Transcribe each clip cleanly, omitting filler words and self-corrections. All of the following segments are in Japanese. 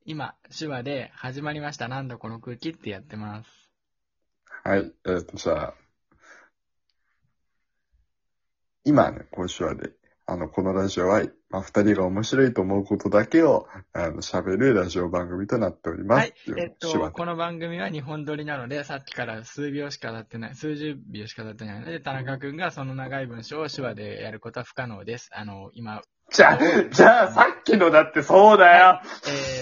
今、手話で始まりました。なんだこの空気ってやってます。 はい。じゃあ、今ね、こう手話で、このラジオは、二人が面白いと思うことだけを、喋るラジオ番組となっておりまはい。 すっていう手話で。 この番組は日本撮りなので、さっきから数秒しか経ってない、数十秒しか経ってないので、田中くんがその長い文章を手話でやることは不可能です。今、 じゃあ、さっきのだってそうだよ。 はい。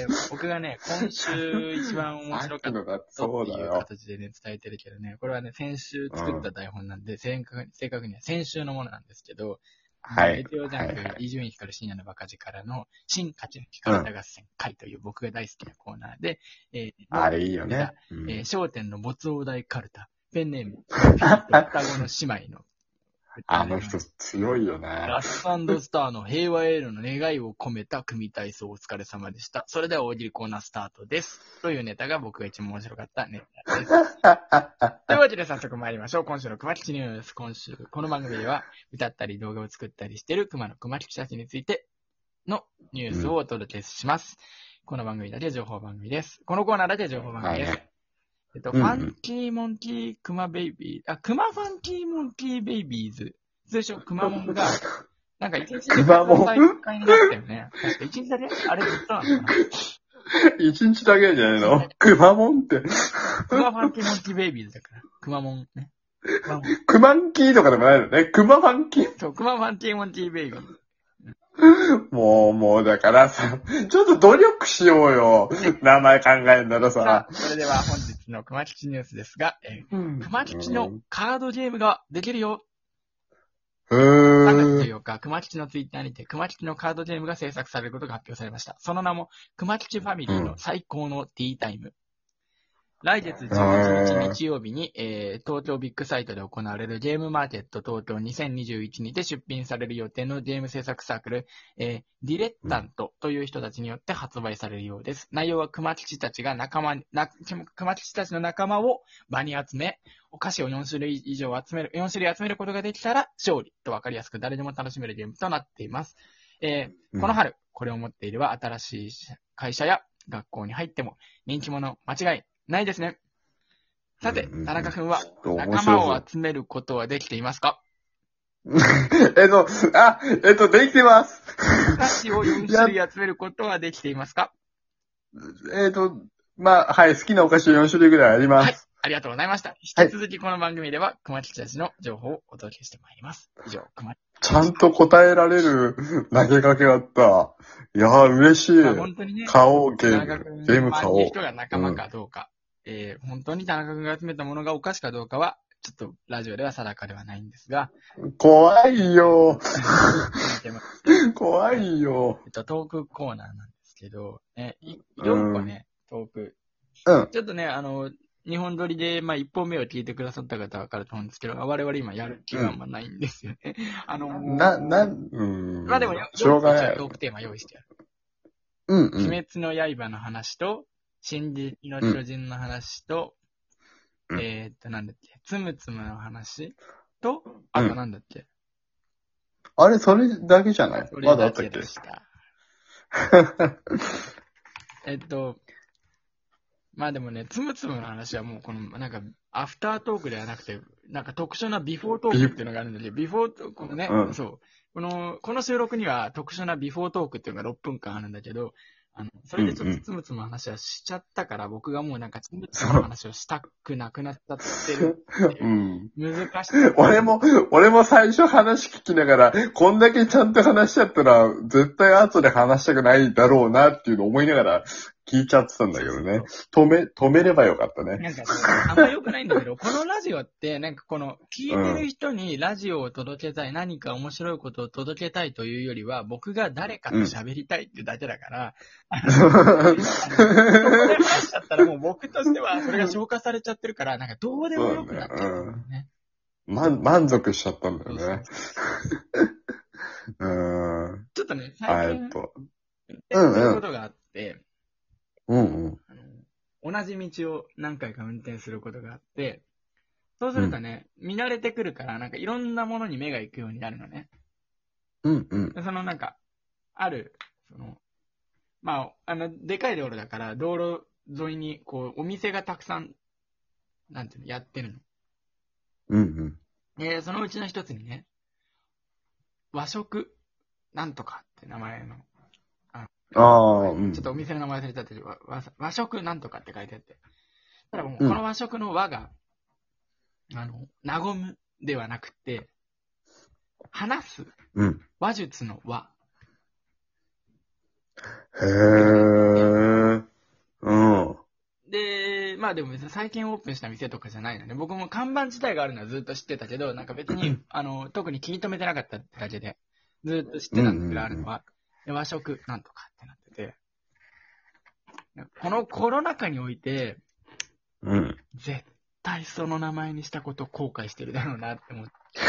僕がね、今週一番面白かったっていう形でね、伝えてるけどね、これはね、先週作った台本なんで、正確には先週のものなんですけど、 はい。 月曜ジャンク、伊集院光深夜のバカ力の新勝ち抜きカルタ合戦会という僕が大好きなコーナーで、 あれいいよね。 笑点の没大台カルタ、ペンネーム、双子の姉妹の、 あの人強いよね。 ラススターの平和への願いを込めた組体操お疲れ様でした。それでは大喜利コーナースタートです。というネタが僕が一番面白かったネタです。というわけで早速参りましょう。今週の熊吉ニュース。この番組では歌ったり動画を作ったりしている熊の熊吉たちについてのニュースをお届けします。この番組だけ情報番組です。このコーナーだけ情報番組です。ファンキーモンキークマベイビー、クマファンキーモンキーベイビーズ。通称クマモンが、なんか一日で活動再開になったよね。確か一日だけあれずっとなのかな一日だけじゃないのクマモンって。 クマファンキーモンキーベイビーズだから。クマモンね。 クマンキーとかでもないのね。クマファンキー。 そう、クマファンキーモンキーベイビーズ。 もうだからさ、ちょっと努力しようよ。名前考えんだらさ。 それでは本日の熊吉ニュースですが、熊吉のカードゲームができるよ。3月14日、熊吉のツイッターにて、熊吉のカードゲームが制作されることが発表されました。その名も、熊吉ファミリーの最高のティータイム。来月11日日曜日に、東京ビッグサイトで行われるゲームマーケット東京2021にて出品される予定のゲーム制作サークル、ディレッタントという人たちによって発売されるようです。内容は熊吉たちの仲間を場に集め、お菓子を4種類集めることができたら勝利と分かりやすく誰でも楽しめるゲームとなっています。この春、これを持っていれば新しい会社や学校に入っても人気者間違いないですね。さて、田中くんは仲間を集めることはできていますか？ できてます。 お菓子を4種類集めることはできていますか？ はい、好きなお菓子4種類ぐらいあります。 はい、ありがとうございました。引き続きこの番組では、熊吉たちの情報をお届けしてまいります。以上、 ちゃんと答えられる投げかけだった。いやー、嬉しい。 本当にね、 買おう、ゲーム買おう。 人が仲間かどうか。本当に田中君が集めたものがお菓子かどうかは、ちょっとラジオでは定かではないんですが。 怖いよ。怖いよ。 トークコーナーなんですけど、4個ね、トーク。ちょっとね、日本撮りで、1本目を聞いてくださった方はわかると思うんですけど、我々今やる気があんまないんですよね。まあでも、 しょうがない。 トークテーマ用意してある。 鬼滅の刃の話と、進撃の巨人の話と、なんだっけ、つむつむの話と、あとなんだっけ。 あれ、それだけじゃない？まだあったっけ？ まあでもね、つむつむの話はもうこの、なんか、アフタートークではなくて、なんか特殊なビフォートークっていうのがあるんだけど、ビフォートークのね、そう。この収録には特殊なビフォートークっていうのが6分間あるんだけど、それでちょっとつむつむの話はしちゃったから、僕がもうなんかつむつむの話をしたくなくなっちゃってる。難しい。 俺も最初話聞きながら、こんだけちゃんと話しちゃったら、絶対後で話したくないだろうなっていうのを思いながら聞いちゃってたんだけどね。止めればよかったね。 なんかあんま良くないんだけど、このラジオって、なんかこの、聞いてる人にラジオを届けたい、何か面白いことを届けたいというよりは、僕が誰かと喋りたいってだけだから、そこで話しちゃったらもう僕としてはそれが消化されちゃってるから、なんかどうでもよくなっちゃうんだよね。 満足しちゃったんだよね。 ちょっとね、最近、そういうことがあって、同じ道を何回か運転することがあって、そうするとね、見慣れてくるから、なんかいろんなものに目が行くようになるのね。そのなんか、 まあ、でかい道路だから、道路沿いに、こう、お店がたくさん、なんていうの、やってるの。 うんそのうちの一つにね、和食、なんとかって名前の、 ああ、うん。 ちょっとお店の名前忘れちゃったけど、和食なんとかって書いてあって。ただもう、 うんこの和食の和が、和むではなくて、話す、 うん。 話術の和。 へえ。うん。 で、まあでも別に最近オープンした店とかじゃないので、僕も看板自体があるのはずっと知ってたけど、なんか別に、特に気に留めてなかったってだけで、ずっと知ってたんだけど、あるのは、で和食なんとかってなってて、このコロナ禍において、 うん。 絶対その名前にしたことを後悔してるだろうなって思って。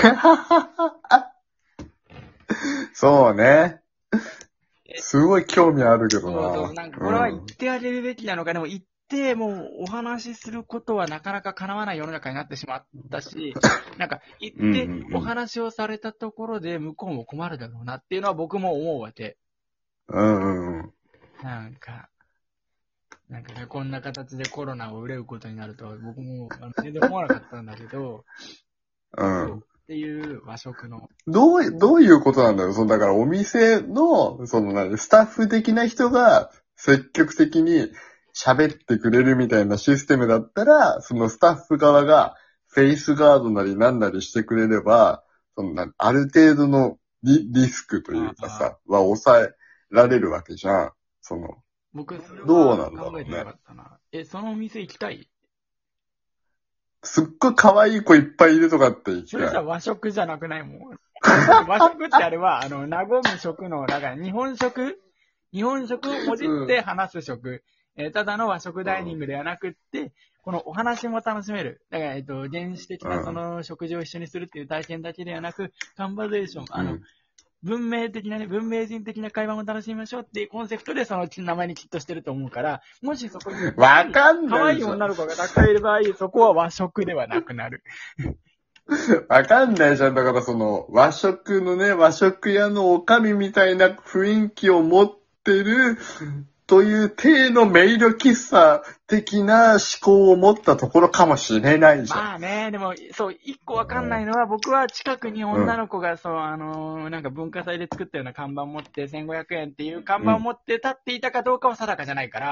そうね。すごい興味あるけどそうな。 なんかこれは言ってあげるべきなのか、でも言ってもうお話しすることはなかなか叶わない世の中になってしまったし、なんか言ってお話をされたところで向こうも困るだろうなっていうのは僕も思うわけ。 うんうん。 なんかね、こんな形でコロナを憂うことになるとは僕も全然思わなかったんだけど、 うん。 っていう和食の。 どういうことなんだろうだからお店の、スタッフ的な人が積極的に喋ってくれるみたいなシステムだったら、そのスタッフ側がフェイスガードなりなんなりしてくれれば、ある程度のリスクというかさ、は抑えられるわけじゃん。 僕、それどうなんだろうねは考えてなかったな。そのお店行きたい？ すっごい可愛い子いっぱいいるとかって言ってそれさ、和食じゃなくないもん。和食ってあれは、和む食の、だから日本食をもじって話す食。ただの和食ダイニングではなくって、このお話も楽しめる。だから、原始的なその食事を一緒にするっていう体験だけではなく、カンバゼーション、文明的なね、文明人的な会話も楽しみましょうっていうコンセプトでその名前にきっとしてると思うから、もしそこに、 わかん可愛いないじゃん。 女の子がたくさんいる場合、そこは和食ではなくなる。 わかんないじゃん。だから和食のね、和食屋のおかみみたいな雰囲気を持ってる、という体のメイド喫茶的な思考を持ったところかもしれないじゃん。 まあね、でも、そう、一個わかんないのは、僕は近くに女の子が、そう、なんか文化祭で作ったような看板を持って1500円っていう看板を持って立っていたかどうかは定かじゃないから、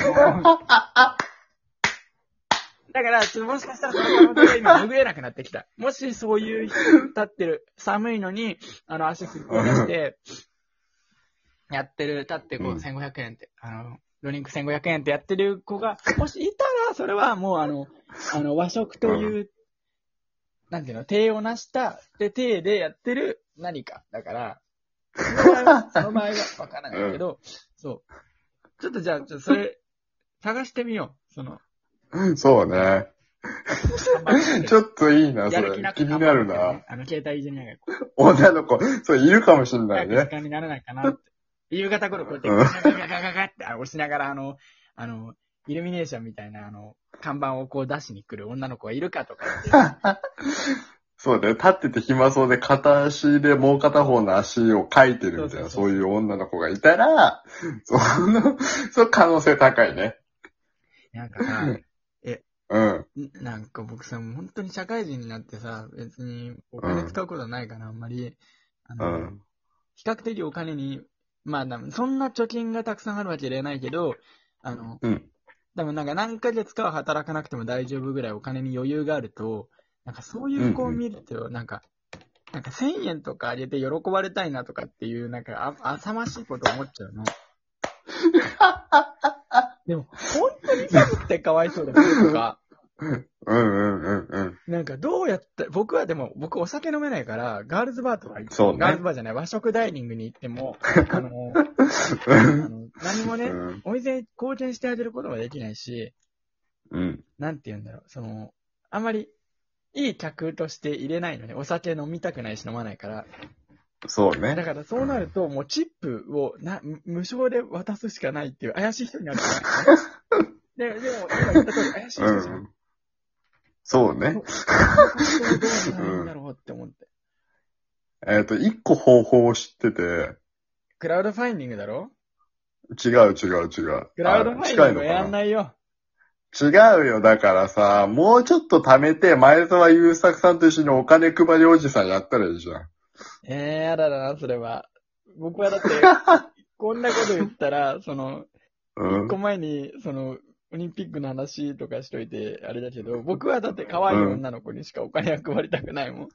だから、もしかしたらその可能性が今拭えなくなってきた。もしそういう人立ってる、寒いのに、足すっぽい出して、やってる、立ってこう、1500円って、ドリンク1500円ってやってる子が、もしいたら、それはもう和食という、なんていうの、体を成した、体でやってる何か。だから、その場合はわからないけど、そう。ちょっとじゃあ、それ、探してみよう。 そうね。ちょっといいな、それ。気になるな。 携帯いじりながら。 女の子、そう、いるかもしれないね。 時間にならないかなって。夕方頃こうやって、ガガガガガって押しながら、イルミネーションみたいな、看板をこう出しに来る女の子がいるかとか言って。 そうだよ。立ってて暇そうで片足でもう片方の足をかいてるみたいな、そういう女の子がいたら、その可能性高いね。 なんかさ、なんか僕さ、もう本当に社会人になってさ、別にお金使うことはないから、あんまり、比較的お金に、まあ、そんな貯金がたくさんあるわけではないけど、多分なんか何ヶ月かは働かなくても大丈夫ぐらいお金に余裕があると、なんかそういう子を見ると、なんか1000円とかあげて喜ばれたいなとかっていう、なんか浅ましいこと思っちゃうの。でも、本当に寒くてかわいそうだとか。なんかどうやった僕お酒飲めないから、ガールズバーとか行っても、ガールズバーじゃない、和食ダイニングに行っても、何もね、お店に貢献してあげることもできないし、なんて言うんだろう、あんまりいい客として入れないのね。お酒飲みたくないし飲まないから。 そうね。 だからそうなると、もうチップを無償で渡すしかないっていう怪しい人になるから。でも今言った通り怪しい人じゃん。 そうね。 どうなるんだろうって思って。 一個方法を知ってて。 クラウドファインディングだろ？ 違う。 クラウドファインディングはやんないよ。 違うよ。だからさ、もうちょっと貯めて、前澤友作さんと一緒にお金配りおじさんやったらいいじゃん。 やだな、それは。僕はだって、こんなこと言ったら、その、 うん一個前に、その、オリンピックの話とかしといて、あれだけど、僕はだって可愛い女の子にしかお金は配りたくないもん。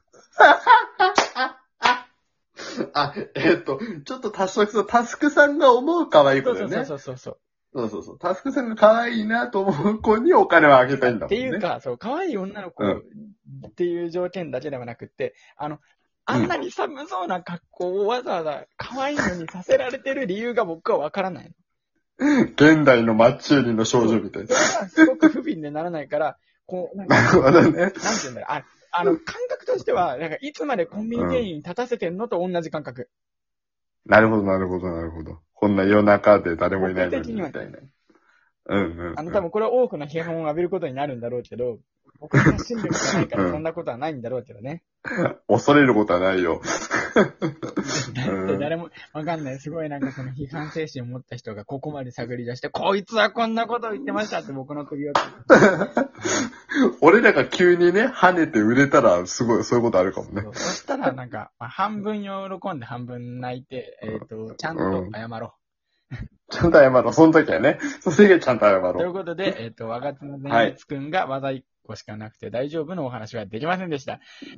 あ、ちょっとタスクさんが思う可愛い子だよね。 そう。 そう。タスクさんが可愛いなと思う子にお金をあげたいんだもんね。 っていうか、そう、可愛い女の子っていう条件だけではなくって、あんなに寒そうな格好をわざわざ可愛いのにさせられてる理由が僕はわからない。 現代のマッチ売りの少女みたいな。 それはすごく不憫でならないから、こう、なんか、 なるほどね。 なんて言うんだろう。感覚としては、なんか、いつまでコンビニ店員に立たせてんのと同じ感覚。 なるほど。こんな夜中で誰もいないのに僕的にはみたいな。うん。 多分これは多くの批判を浴びることになるんだろうけど、僕の発信力がないからそんなことはないんだろうけどね。 恐れることはないよ。 だって誰もわかんない。すごいなんかその批判精神を持った人がここまで探り出して、こいつはこんなことを言ってましたって僕の首を。 俺らが急にね、跳ねて売れたら、すごい、そういうことあるかもね。 そしたらなんか、半分喜んで半分泣いて、ちゃんと謝ろちゃんと謝ろう。その時はね。その時はちゃんと謝う。というろう。 ことで、我が津の善逸くんが技1個しかなくて大丈夫のお話はできませんでした。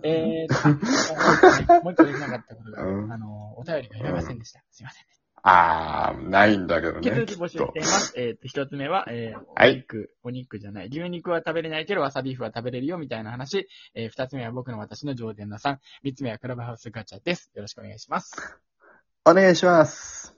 もう一個できなかったことが、お便りが読めませんでした。すいません。 ないんだけどね。 引き続き募集しています。一つ目は、お肉じゃない。牛肉は食べれないけど、わさビーフは食べれるよ、みたいな話。二つ目は僕の私の上田なさん。三つ目はクラブハウスガチャです。よろしくお願いします。 お願いします。